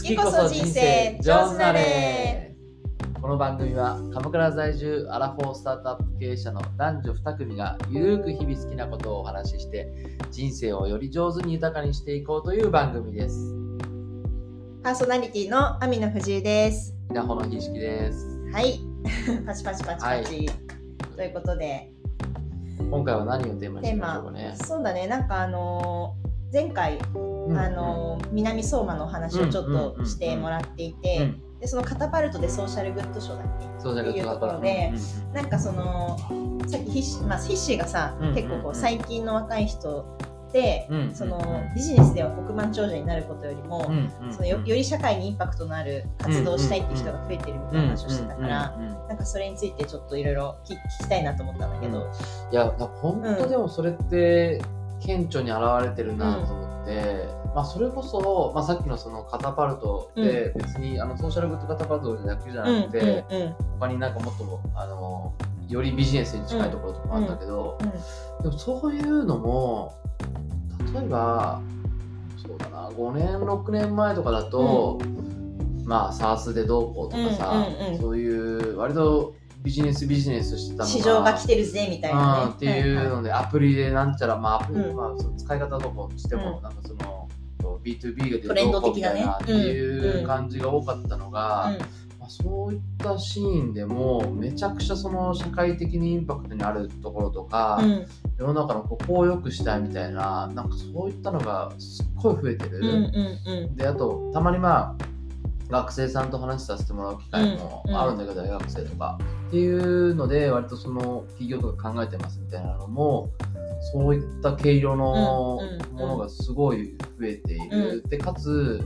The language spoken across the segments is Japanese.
好きこそ人生上手なれ。この番組は鎌倉在住アラフォースタートアップ経営者の男女2組がゆるく日々好きなことをお話しして人生をより上手に豊かにしていこうという番組です。 パーソナリティの網野藤井です。 稲穂のひしきです。 はいパチパチパチパチ、はい、ということで今回は何をテーマにしましょうかね。 そうだね、なんか前回、南相馬の話をちょっとしてもらっていて、でそのカタパルトでソーシャルグッド賞だっけっていうところで、なんかそのさっきヒッシーがさ、結構こう最近の若い人で、そのビジネスでは億万長者になることよりも、その より社会にインパクトのある活動をしたいっていう人が増えてるみたいな話をしてたから、なんかそれについてちょっといろいろ聞きたいなと思ったんだけど、 いや本当でもそれって顕著に現れてるなと思って、それこそ、さっきのそのカタパルトで別に、ソーシャルグッドカタパルトだけじゃなくて、他になんかもっとよりビジネスに近いところとかもあったけど、でもそういうのも例えばそうだな5年6年前とかだと、サースでどうこうとかさ、そういう割とビジネスしてたのが市場が来てるぜみたいなね、 っていうので、アプリでなんちゃら、アプリ、その使い方どうこうしても、なんかその B2B がどうこうみたいなっていう感じが多かったのが、そういったシーンでもめちゃくちゃその社会的にインパクトにあるところとか、世の中のここを良くしたいみたいな、なんかそういったのがすっごい増えてる。で、あとたまに学生さんと話させてもらう機会もあるんだけど、大学生とかっていうので割とその企業とか考えてますみたいなのもそういった毛色のものがすごい増えている。でかつ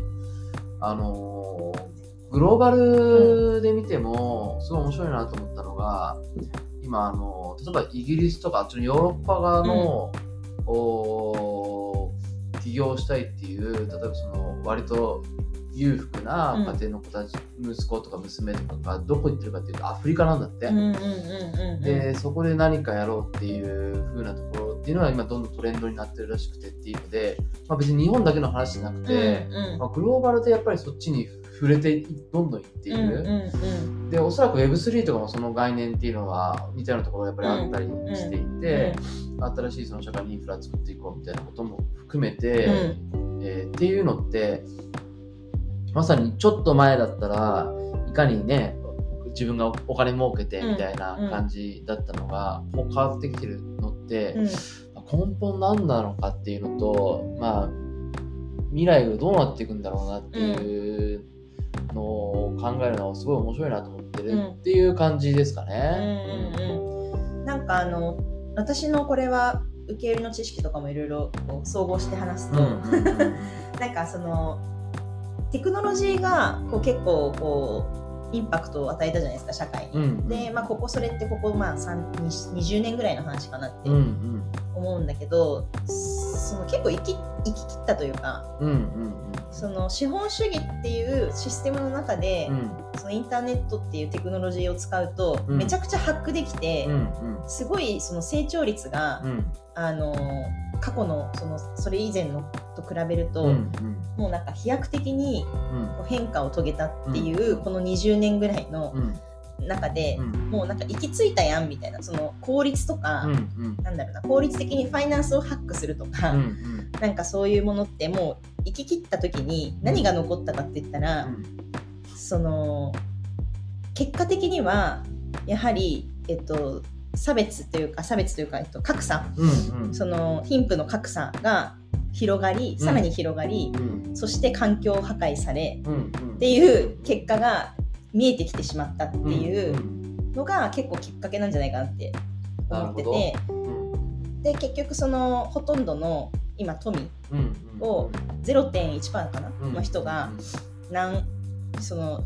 グローバルで見てもすごい面白いなと思ったのが、今例えばイギリスとかあっちのヨーロッパ側の、起業したいっていう、例えばその割と裕福な家庭の子たち、息子とか娘とかがどこ行ってるかっていうとアフリカなんだって。でそこで何かやろうっていう風なところっていうのは今どんどんトレンドになってるらしくてっていうので、別に日本だけの話じゃなくて、グローバルでやっぱりそっちに触れてどんどんいっている。でおそらく Web3 とかもその概念っていうのは似たようなところがやっぱりあったりしていて、新しいその社会にインフラ作っていこうみたいなことも含めて、っていうのってまさにちょっと前だったらいかにね自分がお金儲けてみたいな感じだったのが、こう変わってきてるのって、根本何なのかっていうのと、未来がどうなっていくんだろうなっていうのを考えるのはすごい面白いなと思ってるっていう感じですかね。 なんか私のこれは受け売りの知識とかもいろいろ総合して話すと、なんかそのテクノロジーが結構インパクトを与えたじゃないですか、社会に。で、それって20年ぐらいの話かなって思うんだけど、その結構生き切ったというか、その資本主義っていうシステムの中で、そのインターネットっていうテクノロジーを使うと、めちゃくちゃハックできて、すごいその成長率が、過去のそれ以前のと比べると、もうなんか飛躍的に変化を遂げたっていう、この20年ぐらいの中で、もうなんか行き着いたやんみたいな、その効率とか、なんだろうな、効率的にファイナンスをハックするとか、なんかそういうものってもう行き切った時に何が残ったかって言ったら、その結果的にはやはり差別というか格差、その貧富の格差が広がり、さらに広がり、そして環境破壊され、っていう結果が見えてきてしまったっていうのが結構きっかけなんじゃないかなって思ってて、で結局そのほとんどの今富を 0.1% かな、の人がその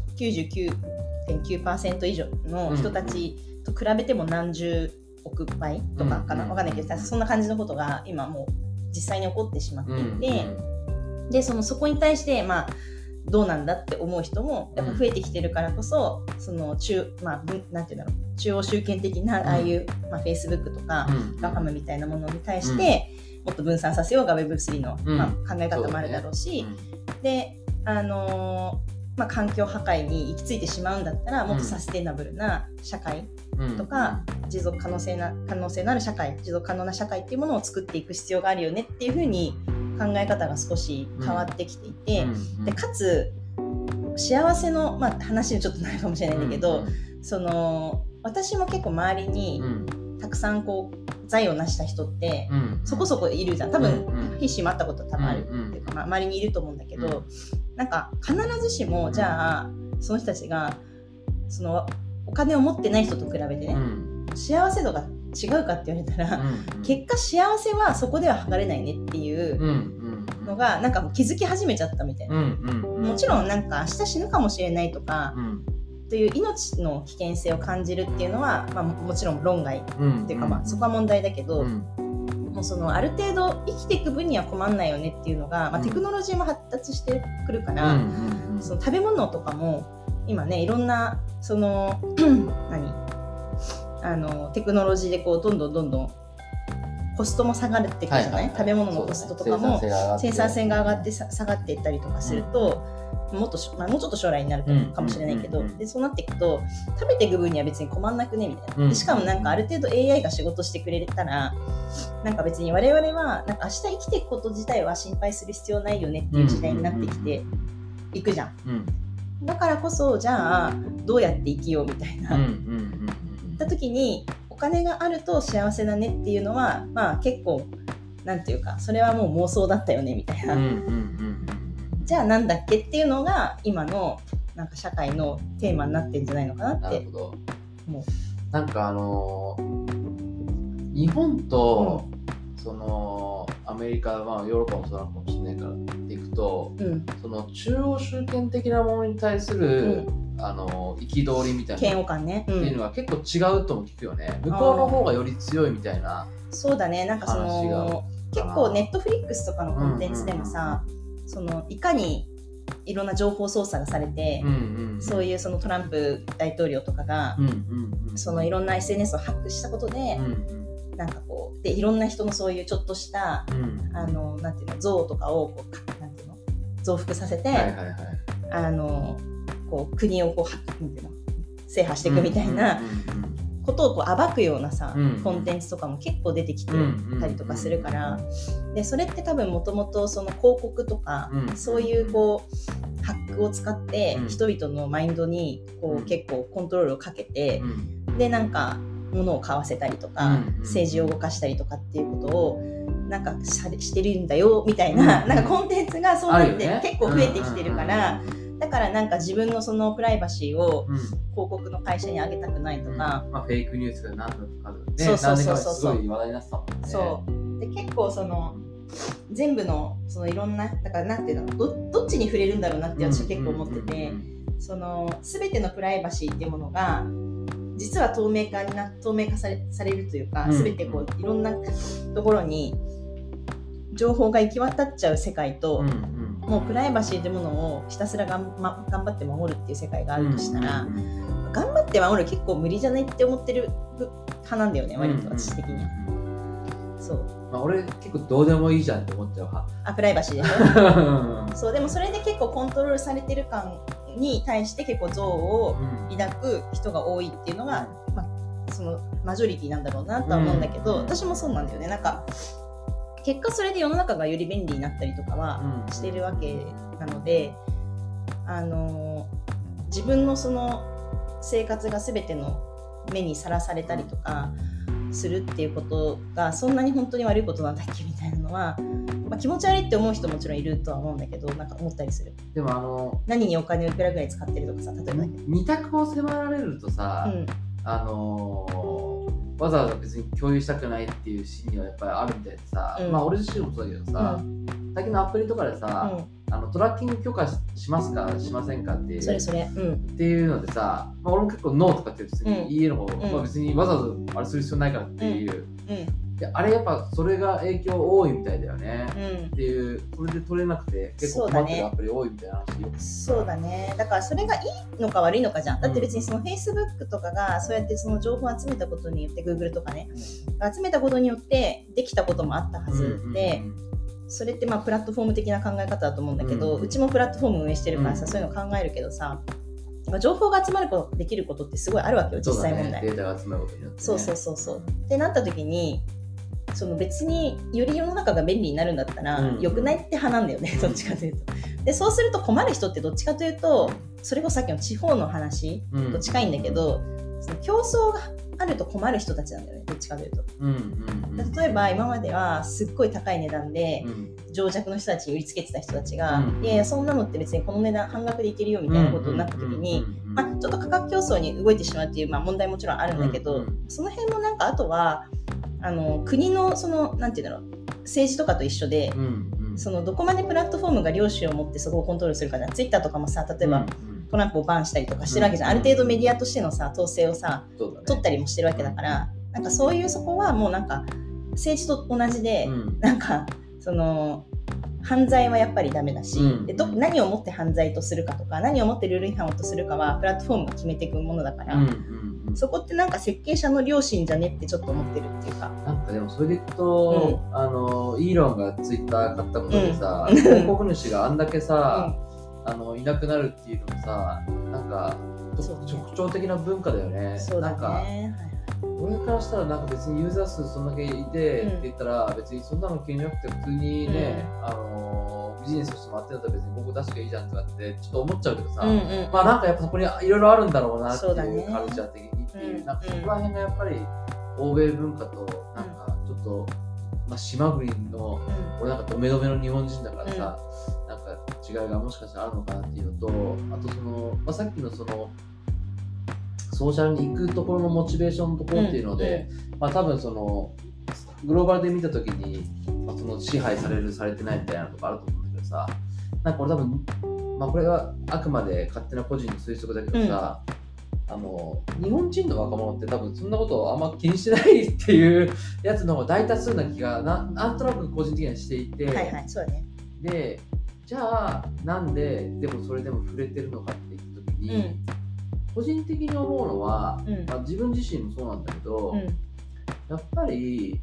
99.9% 以上の人たちと比べても何十億倍とかかな、分かんないけど、そんな感じのことが今もう実際に起こってしまっていて、でそこに対してどうなんだって思う人もやっぱ増えてきてるからこそ、そのなんていうんだろう、中央集権的なああいう、Facebook とかガファムみたいなものに対して、もっと分散させようが Web3 の、考え方もあるだろうし、で環境破壊に行き着いてしまうんだったらもっとサステイナブルな社会とか、持続可能性のある社会、持続可能な社会っていうものを作っていく必要があるよねっていうふうに考え方が少し変わってきていて、でかつ幸せの、話にちょっとなるかもしれないんだけど、私も結構周りにたくさんこう財を成した人ってそこそこいるじゃん。多分必死もあったことは多分あるっていうか、周りにいると思うんだけど、なんか必ずしもじゃあその人たちがそのお金を持ってない人と比べてね、幸せ度が違うかって言われたら、結果幸せはそこでは測れないねっていうのがなんか気づき始めちゃったみたいな。もちろんなんか明日死ぬかもしれないとか、という命の危険性を感じるっていうのは、もちろん論外っていうか、そこは問題だけど、もうある程度生きていく分には困んないよねっていうのが、テクノロジーも発達してくるから、その食べ物とかも今ねいろんなテクノロジーでこうどんどんコストも下がっていくじゃない、食べ物のコストとかも生産性が上がって下がっていったりとかすると、もうちょっと将来になるかもしれないけど、でそうなっていくと食べていく分には別に困んなくねみたいな、でしかもなんかある程度 AI が仕事してくれたらなんか別に我々はなんか明日生きていくこと自体は心配する必要ないよねっていう時代になってきていくじゃん、だからこそじゃあどうやって生きようみたいな、った時にお金があると幸せだねっていうのは結構なんていうかそれはもう妄想だったよねみたいな、じゃあなんだっけっていうのが今のなんか社会のテーマになってんじゃないのかなって。なるほど。もうなんか日本と、そのアメリカ、ヨーロッパもそうなのかもしれないからっていくと、その中央集権的なものに対する、憤りみたいな嫌悪感ね、 っていうのが結構違うとも聞くよね。向こうの方がより強いみたいな。 そうだね。なんか結構ネットフリックスとかのコンテンツでもさ、いかにいろんな情報操作がされて、そういうそのトランプ大統領とかが、そのいろんな SNS をハックしたことで、なんかこうでいろんな人のそういうちょっとした、なんていうの像とかをこうなんていうの増幅させて、こう国をこうなんていうの制覇していくみたいなことをこう暴くようなさ、コンテンツとかも結構出てきてたりとかするから、でそれって多分もともとその広告とか、そういうこうハックを使って人々のマインドにこう結構コントロールをかけて、でなんか物を買わせたりとか、政治を動かしたりとかっていうことをなんかしてるんだよみたいな、なんかコンテンツがそうなって結構増えてきてるから、だからなんか自分のそのプライバシーを広告の会社にあげたくないとか、 フェイクニュースが何度とかね、 そう何年かすごい話題になってたもんね。 そうで結構その全部のそのいろんなだからなんていうの どっちに触れるんだろうなって私は結構思ってて、その全てのプライバシーっていうものが実は透明化されるというか、全てこういろんなところに情報が行き渡っちゃう世界と、もうプライバシーというものをひたすら頑張って守るっていう世界があるとしたら、頑張って守る結構無理じゃないって思ってる派なんだよね、割と私的には。そう。 俺結構どうでもいいじゃんって思っちゃう派。 プライバシーでしょそう、でもそれで結構コントロールされてる感に対して結構憎悪を抱く人が多いっていうのが、そのマジョリティなんだろうなとは思うんだけど、私もそうなんだよね。なんか結果それで世の中がより便利になったりとかはしてるわけなので、自分のその生活が全ての目にさらされたりとかするっていうことがそんなに本当に悪いことなんだっけみたいなのは、気持ち悪いって思う人ももちろんいるとは思うんだけど、なんか思ったりする。 でも何にお金をいくらぐらい使ってるとかさ、例えば二択を迫られるとさ、わざわざ別に共有したくないっていう心理はやっぱりあるみたいでさ、俺自身もそうだけどさ、最近のアプリとかでさ、トラッキング許可しますかしませんかっていう、っていうのでさ、俺も結構ノーとかって普通に言えるのも、別にわざわざあれする必要ないからっていう、であれやっぱそれが影響多いみたいだよね、っていう、それで取れなくて結構困ってるアプリ多いみたいな話よく。 そうだね。だからそれがいいのか悪いのかじゃん。だって別にその Facebook とかがそうやってその情報を集めたことによって Google とかね、集めたことによってできたこともあったはずで、 それってまあプラットフォーム的な考え方だと思うんだけど、うちもプラットフォーム運営してるからさ、そういうの考えるけどさ、情報が集まることできることってすごいあるわけよ、実際問題。 データが集まることによって、ね、 そうってなった時に、その別により世の中が便利になるんだったら良くないって派なんだよね、どっちかというと。でそうすると困る人ってどっちかというと、それこそさっきの地方の話と近いんだけど、その競争があると困る人たちなんだよね、どっちかというと。例えば今まではすっごい高い値段で情弱の人たちに売りつけてた人たちが、いやいやそんなのって別にこの値段半額でいけるよみたいなことになった時に、ちょっと価格競争に動いてしまうっていう、問題もちろんあるんだけど、その辺もなんかあとは国のそのなんていうんだろう、政治とかと一緒で、そのどこまでプラットフォームが良心を持ってそこをコントロールするかな。ツイッターとかもさ、例えば、トランプをバンしたりとかしてるわけじゃん。ある程度メディアとしてのさ統制をさ、取ったりもしてるわけだから、なんかそういうそこはもうなんか政治と同じで、なんかその犯罪はやっぱりダメだし、で何をもって犯罪とするかとか、何をもってルール違反をとするかはプラットフォームが決めていくものだから、そこってなんか設計者の良心じゃねってちょっと思ってるっていうか。 なんかでもそれでいくと、イーロンがツイッター買ったことでさ、広告主があんだけさ、いなくなるっていうのもさ、なんか特徴的な文化だよね。 そうだね。 なんか俺からしたらなんか別にユーザー数そんだけいてって言ったら、別にそんなの気になくて普通にね、ビジネスとして回ってるんだったら別に僕出しきゃいいじゃんとかってちょっと思っちゃうけどさ、なんかやっぱそこにいろいろあるんだろうなっていう、カルチャー的にっていう、なんかそこら辺がやっぱり欧米文化となんかちょっと、島国の、俺なんかドメドメの日本人だからさ、なんか違いがもしかしたらあるのかなっていうのと、あとその、さっきのそのソーシャルに行くところのモチベーションのところっていうので、多分そのグローバルで見たときに、その支配されるされてないみたいなとこあると思うんだけどさ、なんか俺多分、これはあくまで勝手な個人の推測だけどさ、日本人の若者って多分そんなことをあんま気にしてないっていうやつの方が大多数な気がなんとなく個人的にはしていて、 そうね。でじゃあなんででもそれでも触れてるのかって言った時に、個人的に思うのは、自分自身もそうなんだけど、やっぱり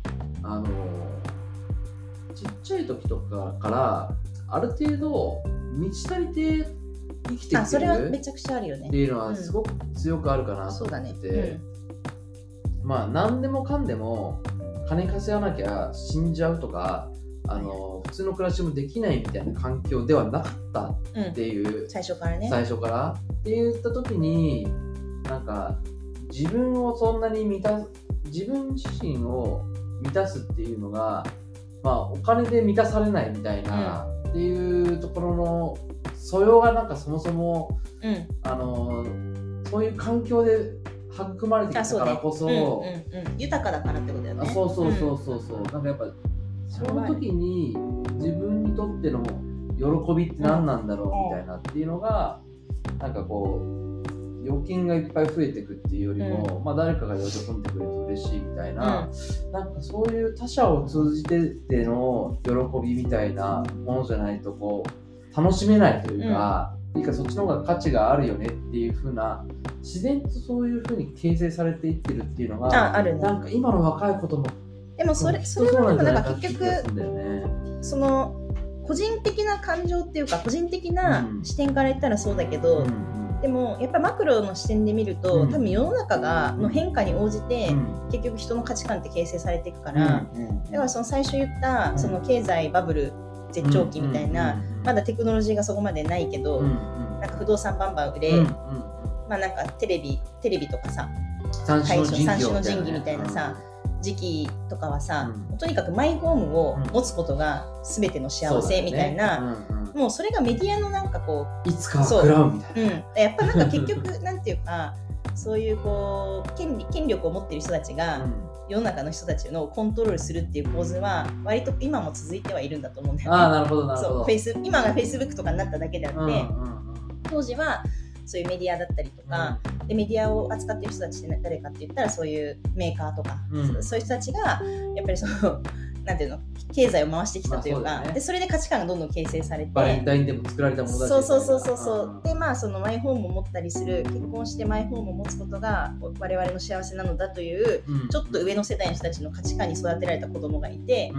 ちっちゃい時とかからある程度満ち足りて生きてきてる、 それはめちゃくちゃあるよねっていうのはすごく強くあるかなと思ってて、何でもかんでも金稼がなきゃ死んじゃうとか、普通の暮らしもできないみたいな環境ではなかったっていう、 最初からね、 って言った時に、なんか自分をそんなに自分自身を満たすっていうのが、お金で満たされないみたいな、っていうところの素養がなんかそもそも、そういう環境で育まれてきたからこそ、 豊かだからってことだよね。 なんかやっぱその時に自分にとっての喜びって何なんだろうみたいなっていうのが、なんかこう預金がいっぱい増えていくっていうよりも、誰かが喜んでくれると嬉しいみたいな、なんかそういう他者を通じてでの喜びみたいなものじゃないとこう楽しめないというか、そっちの方が価値があるよねっていう風な、自然とそういう風に形成されていってるっていうのがあるね。 なんか今の若い子ともでもそれはでもなんか結局その個人的な感情っていうか個人的な視点から言ったらそうだけど、でもやっぱりマクロの視点で見ると、多分世の中の変化に応じて、結局人の価値観って形成されていくから、だからその最初言ったその経済バブル絶頂期みたいな、まだテクノロジーがそこまでないけど、なんか不動産バンバン売れ、なんかテレビとかさ、 三種の神器みたいなさ時期とかはさ、とにかくマイホームを持つことが全ての幸せみたいな、もうそれがメディアのなんかこういつかは食らうみたいな、 やっぱなんか結局なんていうかそういうこう権力を持っている人たちが、世の中の人たちのコントロールするっていう構図は割と今も続いてはいるんだと思うんだよね。 なるほどなるほど。 今が Facebook とかになっただけであって、当時はそういうメディアだったりとか、でメディアを扱っている人たちって誰かって言ったらそういうメーカーとか、そういう人たちがやっぱりそのなんていうの経済を回してきたというか、でそれで価値観がどんどん形成されて、 バレンタインでも作られたものだし、 そうでそのマイホームを持ったりする、結婚してマイホームを持つことが我々の幸せなのだという、ちょっと上の世代の人たちの価値観に育てられた子供がいて、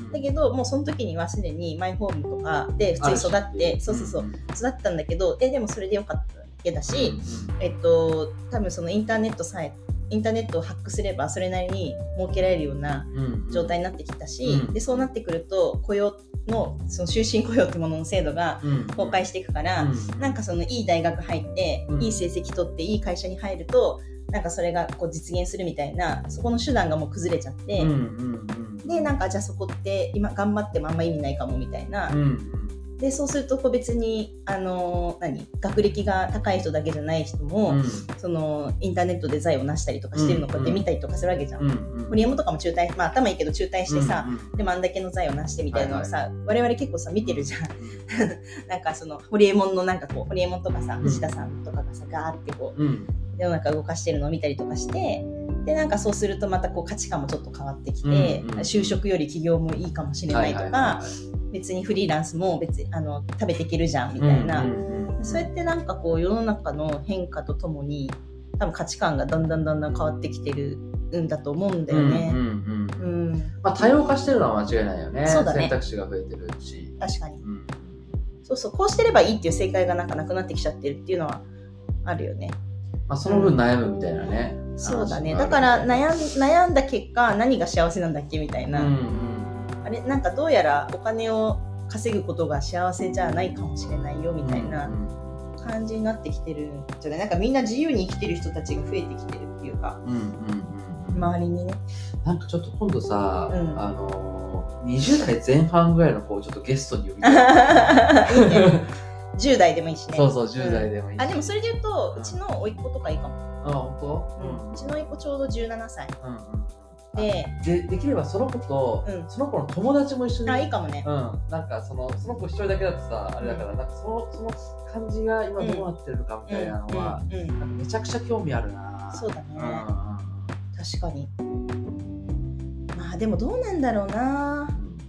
だけどもうその時にはすでにマイホームとかで普通に育って育ったんだけど、でもそれでよかっただけだし、多分そのインターネットをハックすればそれなりに設けられるような状態になってきたし、でそうなってくると雇用のその終身雇用ってものの制度が崩壊していくから、なんかそのいい大学入って、いい成績取っていい会社に入るとなんかそれがこう実現するみたいな、そこの手段がもう崩れちゃって、でなんかじゃあそこって今頑張ってもあんま意味ないかもみたいな、でそうするとこう別に学歴が高い人だけじゃない人も、そのインターネットで財を成したりとかしてるのこうやって見たりとかするわけじゃん。堀山とかも中退、頭いいけど中退してさ、でもあんだけの財を成してみたいなのをさ、我々結構さ見てるじゃん。なんかその堀江門のなんかこう堀江門とかさ、藤田さんとかがさガーってこう、世の中動かしてるのを見たりとかして、でなんかそうするとまたこう価値観もちょっと変わってきて、就職より起業もいいかもしれないとか、別にフリーランスも別に食べていけるじゃんみたいな、そうやってなんかこう世の中の変化とともに多分価値観がだんだん変わってきてるんだと思うんだよね。 多様化してるのは間違いないよね。 そうだね、 選択肢が増えてるし、 確かに、そうそう、こうしてればいいっていう正解がなんかなくなってきちゃってるっていうのはあるよね。 その分悩むみたいなね、 そうだね。だから悩んだ結果何が幸せなんだっけみたいな、あれなんかどうやらお金を稼ぐことが幸せじゃないかもしれないよみたいな感じになってきてるんじゃない。なんかみんな自由に生きてる人たちが増えてきてるっていうか、周りにね。なんかちょっと今度さ、20代前半ぐらいの子をちょっとゲストに呼びたい。 いいね。10代でもいいしね。 そうそう、10代でもいいし、 でもそれで言うと、うちの甥っ子とかいいかも。 本当？ うちの甥っ子ちょうど17歳。 できればその子と、その子の友達も一緒に。 いいかもね。 なんかその子一人だけだとさ、あれだから、なんかその感じが今どうなってるかみたいなのは、めちゃくちゃ興味あるな。 そうだね。確かに。でもどうなんだろうな。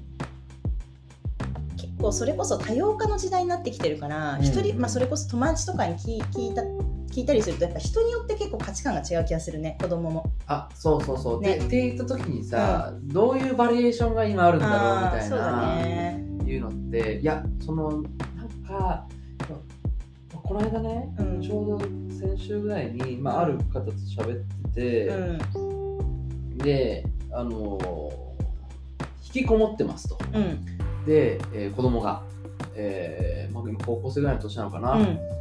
結構それこそ多様化の時代になってきてるから、それこそ友達とかに聞いたりすると、やっぱ人によって結構価値観が違う気がするね、子供も。 そう、ね、って言った時にさ、どういうバリエーションが今あるんだろうみたいな、 そうだね、 いうのって、いやなんかこの間ね、ちょうど先週ぐらいに、ある方と喋ってて、で引きこもってますと、で、子供が、今高校生ぐらいの年なのかな、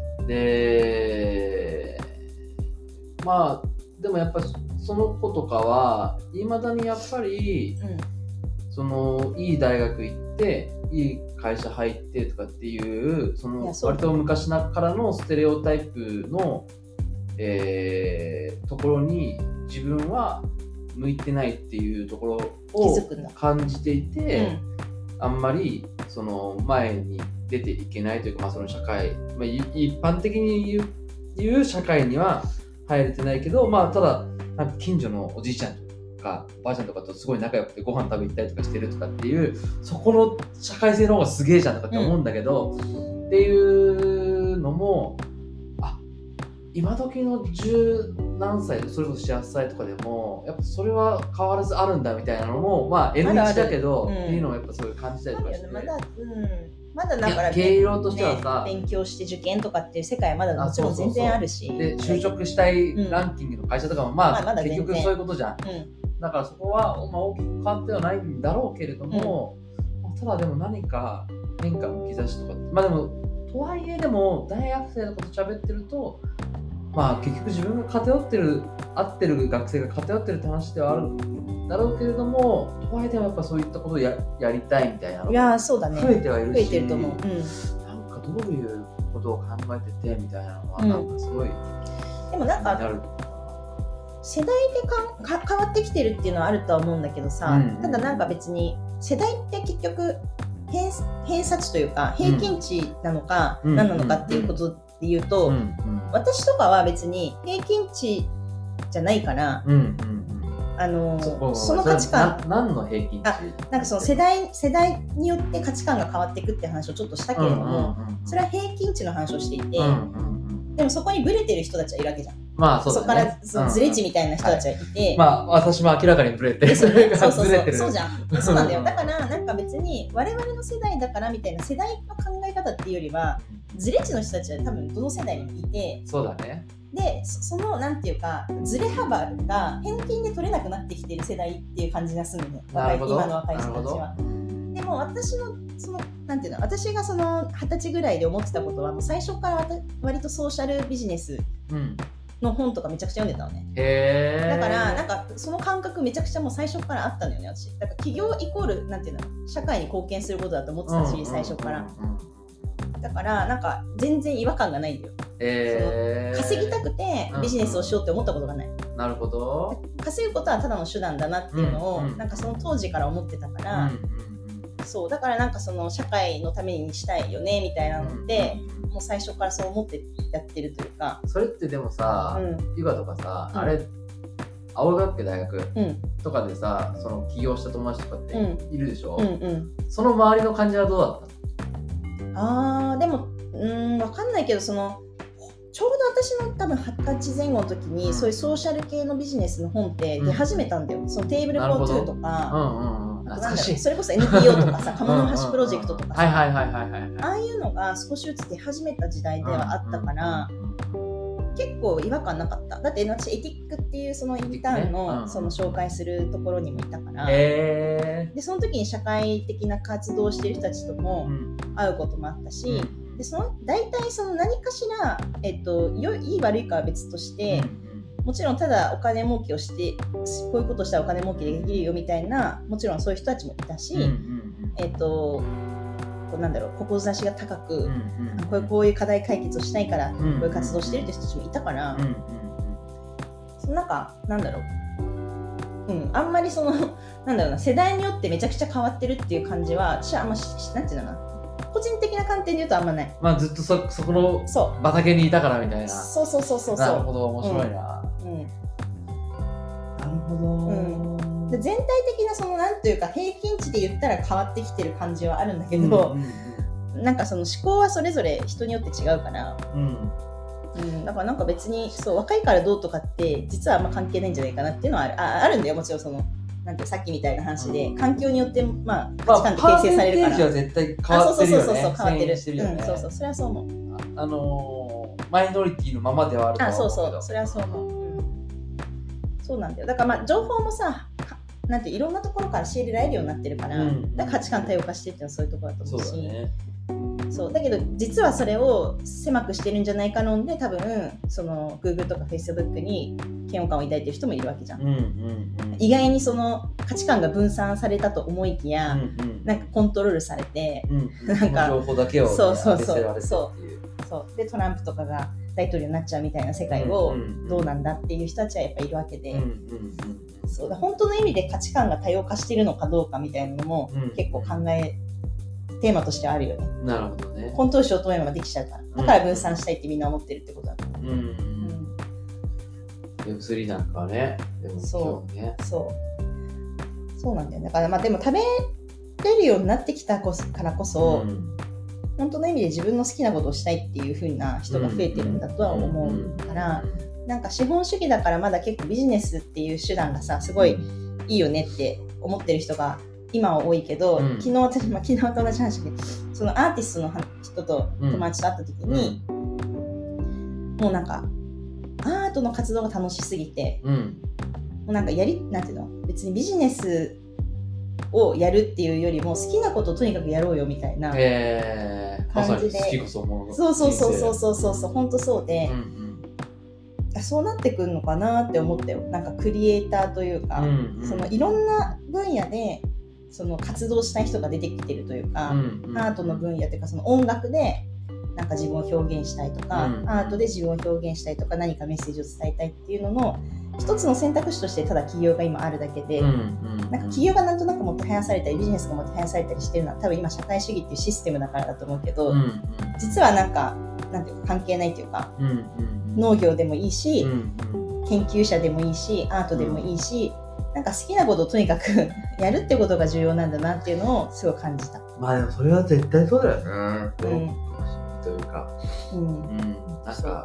ででもやっぱりその子とかはいまだにやっぱり、そのいい大学行っていい会社入ってとかっていうその割と昔からのステレオタイプの、ところに自分は向いてないっていうところを感じていて、あんまりその前に出ていけないというか、その社会、一般的に言う社会には入れてないけど、ただなんか近所のおじいちゃんとかおばあちゃんとかとすごい仲良くてご飯食べ行ったりとかしてるとかっていう、そこの社会性の方がすげえじゃんとかって思うんだけど、っていうのも今時の十何歳でそれこそ幸せ歳とかでもやっぱそれは変わらずあるんだみたいなのもN1 だけど、っていうのもやっぱそういう感じたりとかして、 まだだから経路としてはさ、 勉強して受験とかっていう世界はまだもちろん全然あるし、 で就職したいランキングの会社とかも結局そういうことじゃん、だからそこは大きく変わってはないんだろうけれども、ただでも何か変化の兆しとかでもとはいえでも大学生のこと喋ってると結局自分が偏ってる合ってる学生が偏ってるって話ではあるんだろうけれども、とはいえでもやっぱそういったことを やりたいみたいなのが増えてはいるし、 増えてると思う、 なんかどういうことを考えててみたいなのはなんかすごい、 でもなんか世代で変わってきてるっていうのはあるとは思うんだけどさ、ただなんか別に世代って結局偏差値というか平均値なのか何なのかっていうことで言うと、私とかは別に平均値じゃないから、その価値観何の平均値？ なんかその世代によって価値観が変わっていくって話をちょっとしたけれども、それは平均値の話をしていて、でもそこにブレてる人たちはいるわけじゃん。 まあそうだね、 そこからそのズレ値みたいな人たちがいて、 はい、まあ私も明らかにブレてそうそうずれてる。 そうじゃん。そうなんだよ。だからなんか別に我々の世代だからみたいな世代の考え方っていうよりは、ズレ値の人たちは多分どの世代にもいて、 そうだね。 でそのなんていうかズレ幅が返金で取れなくなってきてる世代っていう感じがするのね。今の若い人たちは。でも私のそのなんていうの、私がその20歳ぐらいで思ってたことはもう最初から割とソーシャルビジネスの本とかめちゃくちゃ読んでたのね。だからなんかその感覚めちゃくちゃもう最初からあったのよね、私。だから企業イコールなんていうの、社会に貢献することだと思ってたし、最初から。だからなんか全然違和感がないんだよ。その稼ぎたくてビジネスをしようって思ったことがない。 なるほど。 稼ぐことはただの手段だなっていうのを、なんかその当時から思ってたから、そうだからなんかその社会のためにしたいよねみたいなので、もう最初からそう思ってやってるというか。 それってでもさ、ヨガとかさ、あれ青学家大学とかでさ、その起業した友達とかっているでしょ、その周りの感じはどうだったの？ でも分かんないけど、そのちょうど私の多分20歳前後の時に、そういうソーシャル系のビジネスの本って出始めたんだよ。そのテーブルフォートゥーとか、それこそ NPO とかさ、鴨の橋プロジェクトとかさ、ああいうのが少しずつ出始めた時代ではあったから、結構違和感なかった。だって私エティックっていうそのインターンのその紹介するところにもいたから、でその時に社会的な活動をしている人たちとも会うこともあったし、でその大体その何かしら、いい悪いかは別として、もちろんただお金儲けをしてこういうことしたらお金儲けできるよみたいな、もちろんそういう人たちもいたし、なんだろう、志が高く、こういう課題解決をしたいからこういう活動してるって人たちもいたから、なんかなんだろう、あんまりそのなんだろうな、世代によってめちゃくちゃ変わってるっていう感じは私はあんまなんていうのかな、個人的な観点で言うとあんまない。 まあずっとそこの畑にいたからみたいな。そう。なるほど、面白いな。なるほど。 で全体的なそのなんというか平均値で言ったら変わってきてる感じはあるんだけど、なんかその思考はそれぞれ人によって違うから、だからなんか別にそう若いからどうとかって実はあんま関係ないんじゃないかなっていうのはあるんだよ。もちろんそのなんてさっきみたいな話で、環境によってまあ価値観って形成されるから。パーセンテージは絶対変わってるよね。 そう変わってる。 そうそれはそう思う。 マイノリティのままではあると思うけど。 そうそれはそう思う。そうなんだよ。だからまあ情報もさ、なんていろんなところから仕入れられるようになってるから、だから価値観多様化してっていうのはそういうところだと思うし、そうだけど実はそれを狭くしてるんじゃないか論で多分その Google とか Facebook に嫌悪感を抱いてる人もいるわけじゃん。意外にその価値観が分散されたと思いきや、なんかコントロールされて、なんか情報だけをそうでトランプとかが大統領になっちゃうみたいな世界をどうなんだっていう人たちはやっぱいるわけで、そうだ本当の意味で価値観が多様化しているのかどうかみたいなのも結構テーマとしてはあるよね。 なるほどね。 コントロールしようと思えばできちゃうから、だから分散したいってみんな思ってるってことだと思う。 Web3 なんかね、でもそうなんだよ。だからまあでも食べれるようになってきたからこそ、本当の意味で自分の好きなことをしたいっていう風な人が増えてるんだとは思うから、なんか資本主義だからまだ結構ビジネスっていう手段がさすごいいいよねって思ってる人が今は多いけど、昨日と同じ話でそのアーティストの人と友達と会った時に、もうなんかアートの活動が楽しすぎて、もうなんかなんていうの、別にビジネスをやるっていうよりも好きなことをとにかくやろうよみたいな感じで、 好きこそものそう本当そうで、そうなってくるのかなって思ったよ。なんかクリエイターというか、そのいろんな分野でその活動したい人が出てきてるというか、アートの分野というかその音楽でなんか自分を表現したいとか、アートで自分を表現したいとか、何かメッセージを伝えたいっていうのの一つの選択肢としてただ企業が今あるだけで、なんか企業がなんとなくもてはやされたりビジネスがもてはやされたりしてるのは多分今社会主義っていうシステムだからだと思うけど、実はなんていうか関係ないというか、農業でもいいし、研究者でもいいし、アートでもいいし、なんか好きなことをとにかくやるってことが重要なんだなっていうのをすごい感じた。 まあでもそれは絶対そうだよね。というか、なんか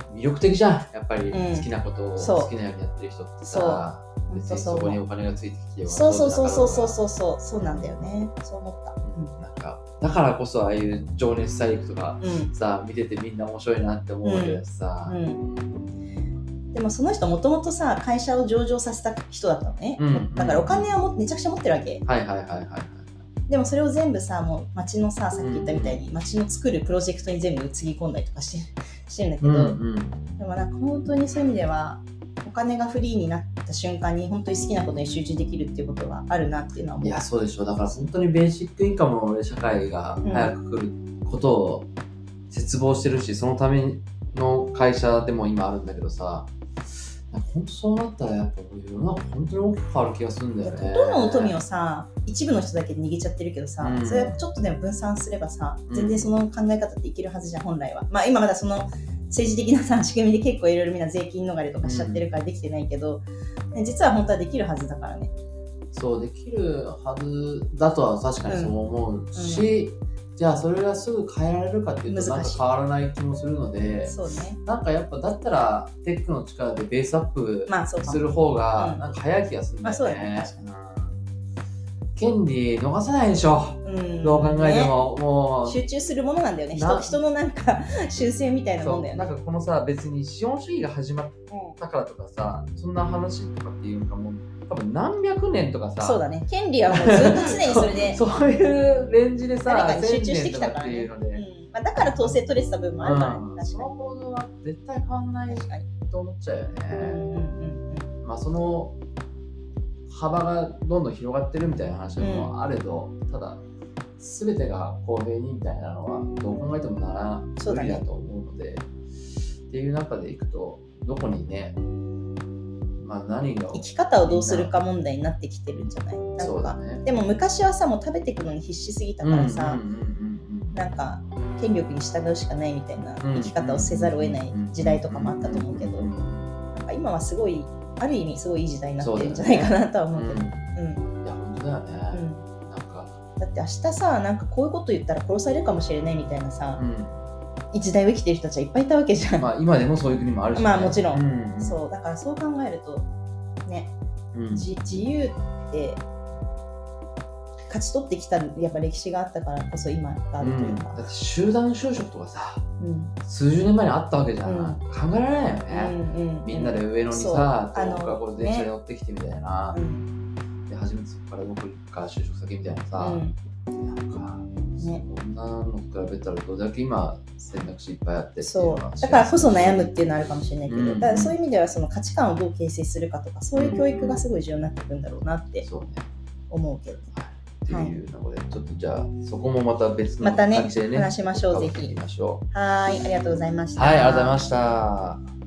魅力的じゃんやっぱり、 うん好きなことをそう好きなようにやってる人ってさ、別にそこにお金がついてきてよそうそうなんだよね。そう思った。 なんかだからこそああいう情熱大陸とかうんさ、見ててみんな面白いなって思うわけだしさ、 でもその人もともとさ会社を上場させた人だったのね、だからお金はめちゃくちゃ持ってるわけ。でもそれを全部さもう町のさ、さっき言ったみたいに町の作るプロジェクトに全部つぎ込んだりとかしてるんだけど、でもなんか本当にそういう意味ではお金がフリーになった瞬間に本当に好きなことに集中できるっていうことがあるなっていうのは思う。 いやそうでしょ。だから本当にベーシックインカムの社会が早く来ることを切望してるし、そのための会社でも今あるんだけどさ、本当そうなったらやっぱ世の中本当に大きく変わる気がするんだよね。 ほとんどの富をさ一部の人だけで逃げちゃってるけどさ、それはちょっとでも分散すればさ、全然その考え方っていけるはずじゃん本来は。まあ今まだその政治的なさ仕組みで結構いろいろみんな税金逃れとかしちゃってるからできてないけど、実は本当はできるはずだからね。 そうできるはずだとは確かにそう思うし、じゃあそれがすぐ変えられるかっていうとなんか変わらない気もするので、 そうね、 なんかやっぱだったらテックの力でベースアップする方がなんか早い気がするんだよね。 そうだね、確かに。 権利逃さないでしょ、どう考えても、ね、もう集中するものなんだよね。人のなんか修正みたいなもんだよね。 なんかこのさ別に資本主義が始まったからとかさ、そんな話とかっていうかもう多分何百年とかさ、 そうだね、権利はもうずっと常にそれでそういうレンジでさ誰かに集中してきたからね。まあ、だから統制取れてた部分もあるからね。 その構造は絶対変わんないと思っちゃうよね。まあその幅がどんどん広がってるみたいな話もあれど、ただ全てが公平にみたいなのはどう考えてもなら無理だと思うので、っていう中でいくとどこにね、まあ、何が生き方をどうするか問題になってきてるんじゃない？なんかそうだね。でも昔はさもう食べていくのに必死すぎたからさ、なんか権力に従うしかないみたいな生き方をせざるを得ない時代とかもあったと思うけど、なんか今はすごいある意味すごいいい時代になってるんじゃないかなとは思うけど。いや本当だよね。なんかだって明日さなんかこういうこと言ったら殺されるかもしれないみたいなさ、時代を生きてる人たちはいっぱいいたわけじゃん。 まあ今でもそういう国もあるし、ね、 まあもちろん、そうだからそう考えるとね、自由って勝ち取ってきたやっぱ歴史があったからこそ今があるというか、 だって集団就職とかさ、数十年前にあったわけじゃん、考えられないよね、みんなで上野にさ東北から電車に乗ってきてみたいな、で初めてそこからどこ行くか就職先みたいなさ、なんかそんなの比べたらどれだけ今選択肢いっぱいあってっていうのは、 だからこそ悩むっていうのはあるかもしれないけど、だからそういう意味ではその価値観をどう形成するかとかそういう教育がすごい重要になってくるんだろうなって思うけど、 っていうので、ちょっとじゃあそこもまた別の感じでね話しましょう。ぜひ。はい、ありがとうございました。 はい、ありがとうございました。